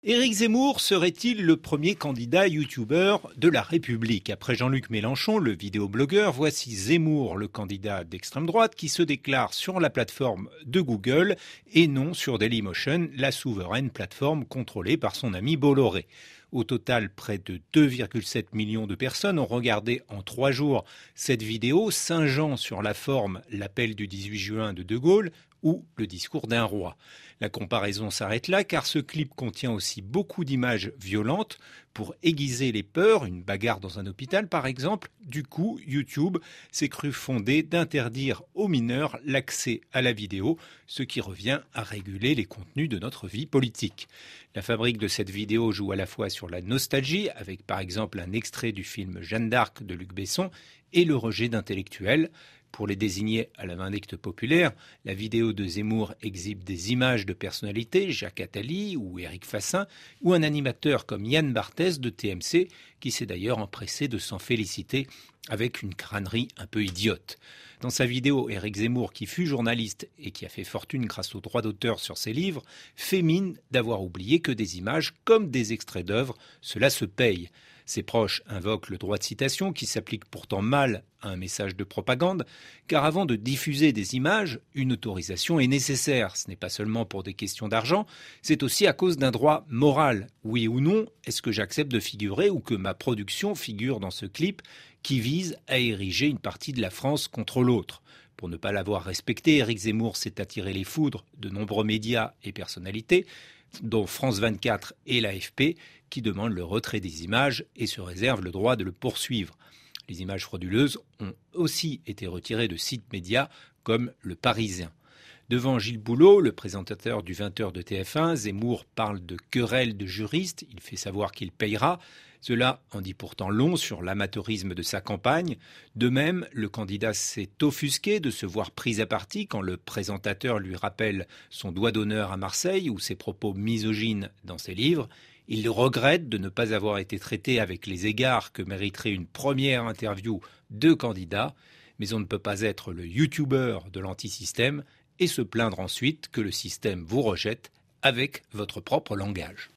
Éric Zemmour serait-il le premier candidat youtubeur de la République? Après Jean-Luc Mélenchon, le vidéoblogueur, voici Zemmour, le candidat d'extrême droite, qui se déclare sur la plateforme de Google et non sur Dailymotion, la souveraine plateforme contrôlée par son ami Bolloré. Au total, près de 2,7 millions de personnes ont regardé en 3 jours cette vidéo, singeant sur la forme l'appel du 18 juin de De Gaulle ou le discours d'un roi. La comparaison s'arrête là car ce clip contient aussi beaucoup d'images violentes pour aiguiser les peurs, une bagarre dans un hôpital par exemple. Du coup, YouTube s'est cru fondé d'interdire aux mineurs l'accès à la vidéo, ce qui revient à réguler les contenus de notre vie politique. La fabrique de cette vidéo joue à la fois sur la nostalgie, avec par exemple un extrait du film Jeanne d'Arc de Luc Besson, et le rejet d'intellectuels. Pour les désigner à la vindicte populaire, la vidéo de Zemmour exhibe des images de personnalités, Jacques Attali ou Éric Fassin, ou un animateur comme Yann Barthès de TMC, qui s'est d'ailleurs empressé de s'en féliciter avec une crânerie un peu idiote. Dans sa vidéo, Éric Zemmour, qui fut journaliste et qui a fait fortune grâce aux droits d'auteur sur ses livres, fait mine d'avoir oublié que des images comme des extraits d'œuvres, cela se paye. Ses proches invoquent le droit de citation qui s'applique pourtant mal à un message de propagande, car avant de diffuser des images, une autorisation est nécessaire. Ce n'est pas seulement pour des questions d'argent, c'est aussi à cause d'un droit moral. Oui ou non, est-ce que j'accepte de figurer ou que ma production figure dans ce clip qui vise à ériger une partie de la France contre l'autre? Pour ne pas l'avoir respecté, Éric Zemmour s'est attiré les foudres de nombreux médias et personnalités, dont France 24 et l'AFP, qui demandent le retrait des images et se réservent le droit de le poursuivre. Les images frauduleuses ont aussi été retirées de sites médias comme Le Parisien. Devant Gilles Boulot, le présentateur du 20h de TF1, Zemmour parle de querelle de juristes. Il fait savoir qu'il payera. Cela en dit pourtant long sur l'amateurisme de sa campagne. De même, le candidat s'est offusqué de se voir pris à partie quand le présentateur lui rappelle son doigt d'honneur à Marseille ou ses propos misogynes dans ses livres. Il regrette de ne pas avoir été traité avec les égards que mériterait une première interview de candidat. Mais on ne peut pas être le youtubeur de l'antisystème et se plaindre ensuite que le système vous rejette avec votre propre langage.